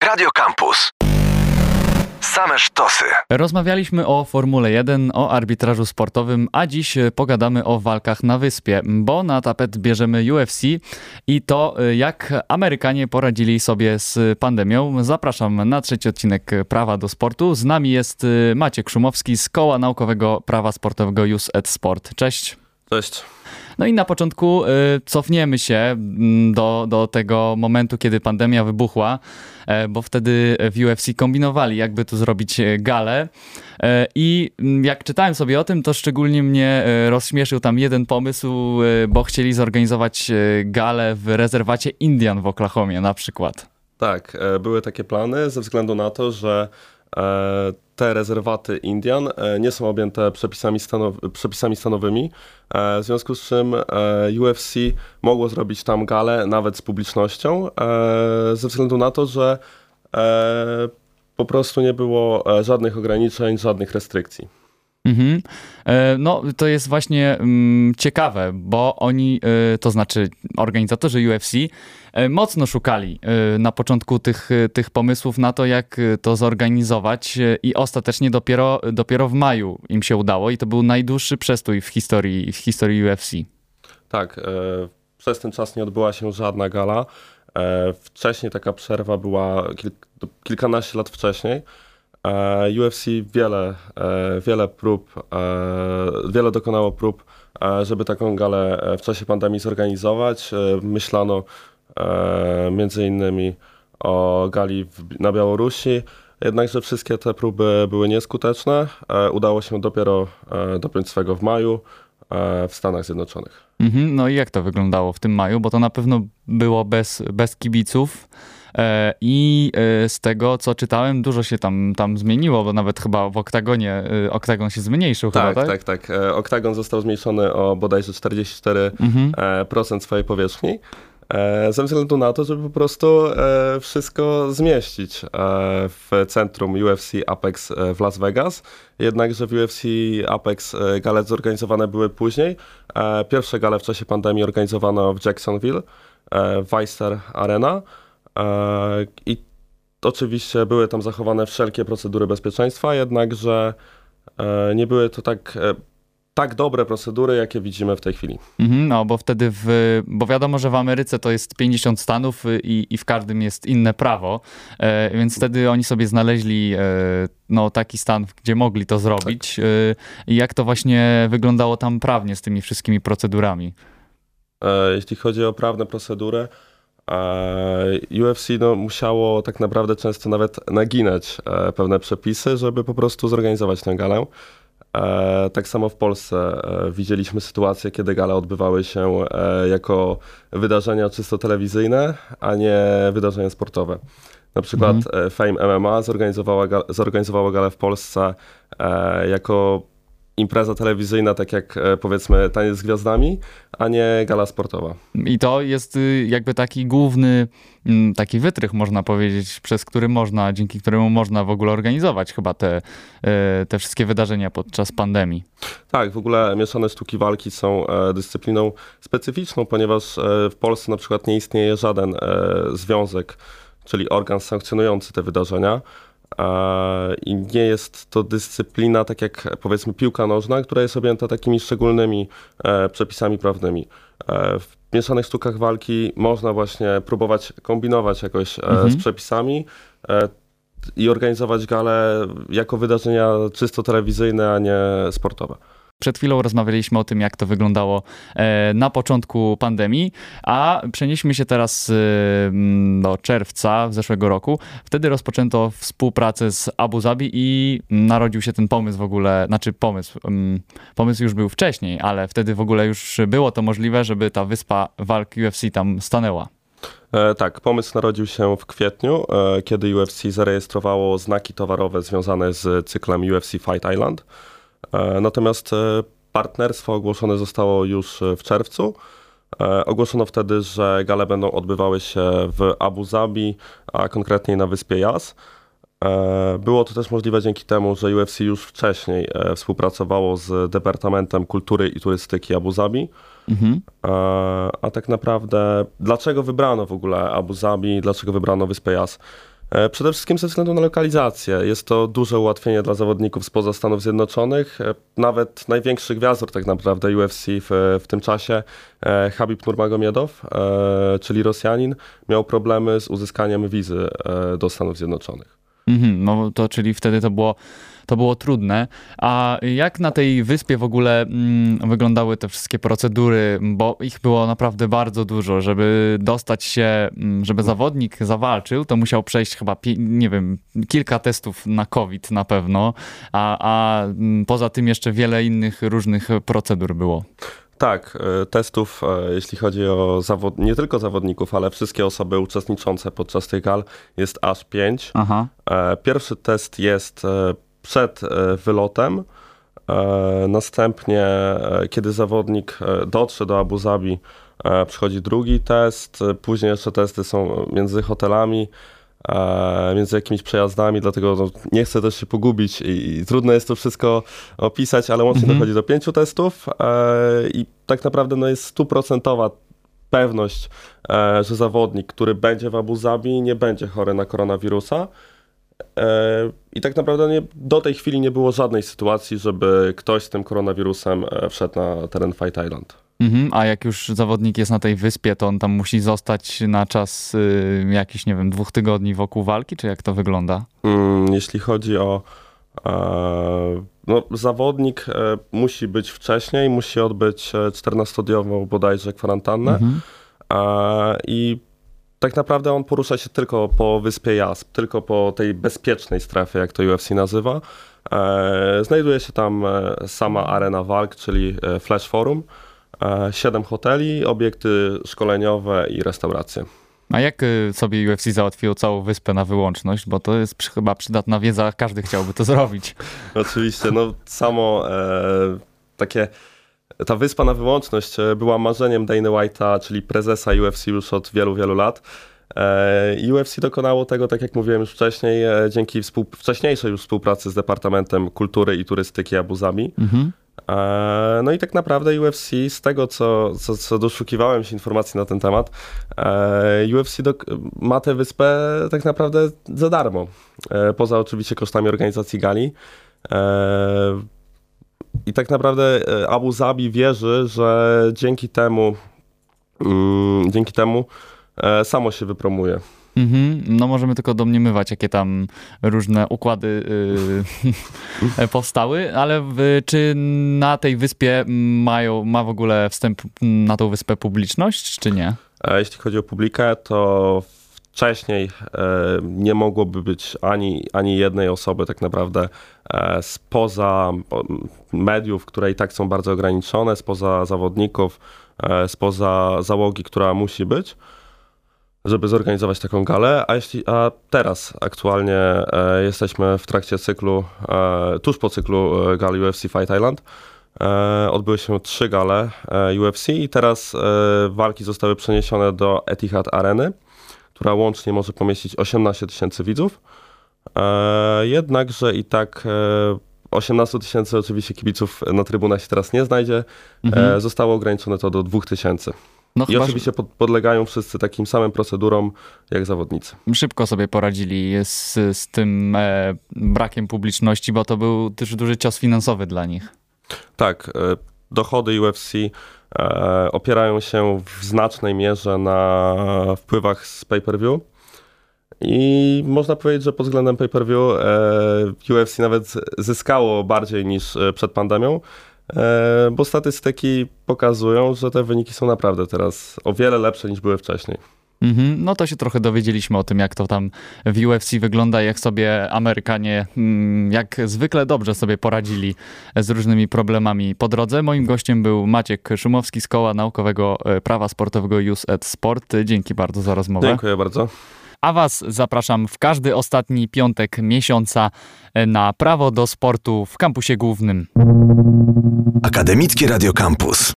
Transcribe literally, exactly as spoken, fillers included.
Radio Campus. Same sztosy. Rozmawialiśmy o Formule jeden, o arbitrażu sportowym, a dziś pogadamy o walkach na wyspie, bo na tapet bierzemy U F C i to, jak Amerykanie poradzili sobie z pandemią. Zapraszam na trzeci odcinek Prawa do Sportu. Z nami jest Maciek Szumowski z Koła Naukowego Prawa Sportowego U S Ed Sport. Cześć. Cześć. No i na początku y, cofniemy się do, do tego momentu, kiedy pandemia wybuchła, y, bo wtedy w U F C kombinowali, jakby tu zrobić galę. Y, I jak czytałem sobie o tym, to szczególnie mnie y, rozśmieszył tam jeden pomysł, y, bo chcieli zorganizować y, galę w rezerwacie Indian w Oklahomie na przykład. Tak, e, były takie plany ze względu na to, że e, te rezerwaty Indian e, nie są objęte przepisami, stanow- przepisami stanowymi, e, w związku z czym e, U F C mogło zrobić tam galę nawet z publicznością, e, ze względu na to, że e, po prostu nie było e, żadnych ograniczeń, żadnych restrykcji. Mhm. No to jest właśnie mm, ciekawe, bo oni, to znaczy organizatorzy U F C mocno szukali na początku tych, tych pomysłów na to, jak to zorganizować i ostatecznie dopiero, dopiero w maju im się udało i to był najdłuższy przestój w historii, w historii U F C. Tak, e, przez ten czas nie odbyła się żadna gala. E, wcześniej taka przerwa była kilk- kilkanaście lat wcześniej. U F C wiele, wiele prób, wiele dokonało prób, żeby taką galę w czasie pandemii zorganizować. Myślano między innymi o gali w, na Białorusi, jednakże wszystkie te próby były nieskuteczne. Udało się dopiero dopiąć swego w maju w Stanach Zjednoczonych. Mhm, no i jak to wyglądało w tym maju? Bo to na pewno było bez, bez kibiców. I z tego, co czytałem, dużo się tam, tam zmieniło, bo nawet chyba w oktagonie, oktagon się zmniejszył. Tak, chyba, tak, tak, tak. Oktagon został zmniejszony o bodajże czterdzieści cztery procent mhm. swojej powierzchni, ze względu na to, żeby po prostu wszystko zmieścić w centrum U F C Apex w Las Vegas. Jednakże w U F C Apex gale zorganizowane były później. Pierwsze gale w czasie pandemii organizowano w Jacksonville, w Vicer Arena. I oczywiście były tam zachowane wszelkie procedury bezpieczeństwa, jednakże nie były to tak, tak dobre procedury, jakie widzimy w tej chwili. Mhm, no bo wtedy, w, bo wiadomo, że w Ameryce to jest pięćdziesiąt stanów i, i w każdym jest inne prawo, e, więc wtedy oni sobie znaleźli e, no, taki stan, gdzie mogli to zrobić. Tak. E, I jak to właśnie wyglądało tam prawnie z tymi wszystkimi procedurami? E, jeśli chodzi o prawne procedury, U F C no, musiało tak naprawdę często nawet naginać e, pewne przepisy, żeby po prostu zorganizować tę galę. E, tak samo w Polsce e, widzieliśmy sytuacje, kiedy gale odbywały się e, jako wydarzenia czysto telewizyjne, a nie wydarzenia sportowe. Na przykład mhm. e, Fame M M A zorganizowała, ga, zorganizowała galę w Polsce e, jako impreza telewizyjna, tak jak powiedzmy Taniec z Gwiazdami, a nie gala sportowa. I to jest jakby taki główny, taki wytrych, można powiedzieć, przez który można, dzięki któremu można w ogóle organizować chyba te, te wszystkie wydarzenia podczas pandemii. Tak, w ogóle mieszane sztuki walki są dyscypliną specyficzną, ponieważ w Polsce na przykład nie istnieje żaden związek, czyli organ sankcjonujący te wydarzenia. I nie jest to dyscyplina, tak jak powiedzmy piłka nożna, która jest objęta takimi szczególnymi e, przepisami prawnymi. E, w mieszanych sztukach walki można właśnie próbować kombinować jakoś e, mhm. z przepisami e, i organizować gale jako wydarzenia czysto telewizyjne, a nie sportowe. Przed chwilą rozmawialiśmy o tym, jak to wyglądało na początku pandemii, a przenieśmy się teraz do czerwca zeszłego roku. Wtedy rozpoczęto współpracę z Abu Zabi i narodził się ten pomysł w ogóle, znaczy pomysł, pomysł już był wcześniej, ale wtedy w ogóle już było to możliwe, żeby ta wyspa walk U F C tam stanęła. E, tak, pomysł narodził się w kwietniu, e, kiedy U F C zarejestrowało znaki towarowe związane z cyklem U F C Fight Island. Natomiast partnerstwo ogłoszone zostało już w czerwcu. Ogłoszono wtedy, że gale będą odbywały się w Abu Zabi, a konkretniej na wyspie Yas. Było to też możliwe dzięki temu, że U F C już wcześniej współpracowało z Departamentem Kultury i Turystyki Abu Zabi. Mhm. A tak naprawdę, dlaczego wybrano w ogóle Abu Zabi, dlaczego wybrano wyspę Yas? Przede wszystkim ze względu na lokalizację. Jest to duże ułatwienie dla zawodników spoza Stanów Zjednoczonych. Nawet największy gwiazdor tak naprawdę U F C w, w tym czasie, Khabib Nurmagomiedow, czyli Rosjanin, miał problemy z uzyskaniem wizy do Stanów Zjednoczonych. Mhm, no to czyli wtedy to było, to było trudne. A jak na tej wyspie w ogóle mm, wyglądały te wszystkie procedury? Bo ich było naprawdę bardzo dużo. Żeby dostać się, żeby zawodnik zawalczył, to musiał przejść chyba, nie wiem, kilka testów na COVID na pewno, a, a poza tym jeszcze wiele innych różnych procedur było. Tak, testów, jeśli chodzi o zawod... nie tylko zawodników, ale wszystkie osoby uczestniczące podczas tych gal, jest aż pięć. Aha. Pierwszy test jest przed wylotem. Następnie, kiedy zawodnik dotrze do Abu Zabi, przychodzi drugi test. Później jeszcze testy są między hotelami, między jakimiś przejazdami, dlatego no, nie chcę też się pogubić i, i trudno jest to wszystko opisać, ale łącznie mhm. dochodzi do pięciu testów i tak naprawdę no, jest stuprocentowa pewność, że zawodnik, który będzie w Abu Zabi, nie będzie chory na koronawirusa. I tak naprawdę nie, do tej chwili nie było żadnej sytuacji, żeby ktoś z tym koronawirusem wszedł na teren Fight Island. Mhm, a jak już zawodnik jest na tej wyspie, to on tam musi zostać na czas y, jakichś, nie wiem, dwóch tygodni wokół walki, czy jak to wygląda? Mm, jeśli chodzi o e, no, zawodnik e, musi być wcześniej, musi odbyć czternastodniową bodajże kwarantannę mhm. e, i tak naprawdę on porusza się tylko po wyspie Jasp, tylko po tej bezpiecznej strefie, jak to U F C nazywa. E, znajduje się tam sama arena walk, czyli Flash Forum. Siedem hoteli, obiekty szkoleniowe i restauracje. A jak sobie U F C załatwiło całą wyspę na wyłączność? Bo to jest przy, chyba przydatna wiedza, każdy chciałby to zrobić. Oczywiście, no samo e, takie, ta wyspa na wyłączność była marzeniem Dana White'a, czyli prezesa U F C już od wielu, wielu lat. E, U F C dokonało tego, tak jak mówiłem już wcześniej, e, dzięki współ, wcześniejszej już współpracy z Departamentem Kultury i Turystyki Abu Zabi. Mhm. No i tak naprawdę U F C, z tego co, co, co doszukiwałem się informacji na ten temat, U F C do, ma tę wyspę tak naprawdę za darmo, poza oczywiście kosztami organizacji gali. I tak naprawdę Abu Zabi wierzy, że dzięki temu, dzięki temu samo się wypromuje. Mm-hmm. No możemy tylko domniemywać, jakie tam różne układy yy, powstały, ale w, czy na tej wyspie mają, ma w ogóle wstęp na tą wyspę publiczność, czy nie? A jeśli chodzi o publikę, to wcześniej e, nie mogłoby być ani, ani jednej osoby tak naprawdę e, spoza mediów, które i tak są bardzo ograniczone, spoza zawodników, e, spoza załogi, która musi być, żeby zorganizować taką galę, a, jeśli, a teraz aktualnie e, jesteśmy w trakcie cyklu, e, tuż po cyklu e, gali U F C Fight Island. E, odbyły się trzy gale e, U F C i teraz e, walki zostały przeniesione do Etihad Areny, która łącznie może pomieścić osiemnaście tysięcy widzów. E, jednakże i tak e, osiemnaście tysięcy oczywiście kibiców na trybunach się teraz nie znajdzie. Mhm. E, zostało ograniczone to do dwóch tysięcy. No I chyba oczywiście pod, podlegają wszyscy takim samym procedurom jak zawodnicy. Szybko sobie poradzili z, z tym e, brakiem publiczności, bo to był też duży cios finansowy dla nich. Tak, e, dochody U F C e, opierają się w znacznej mierze na wpływach z pay-per-view i można powiedzieć, że pod względem pay-per-view e, U F C nawet zyskało bardziej niż przed pandemią. Bo statystyki pokazują, że te wyniki są naprawdę teraz o wiele lepsze niż były wcześniej. Mm-hmm. No to się trochę dowiedzieliśmy o tym, jak to tam w U F C wygląda, jak sobie Amerykanie jak zwykle dobrze sobie poradzili z różnymi problemami po drodze. Moim gościem był Maciek Szumowski z Koła Naukowego Prawa Sportowego U S A D Sport. Dzięki bardzo za rozmowę. Dziękuję bardzo. A was zapraszam w każdy ostatni piątek miesiąca na Prawo do Sportu w kampusie głównym. Akademickie Radio Campus.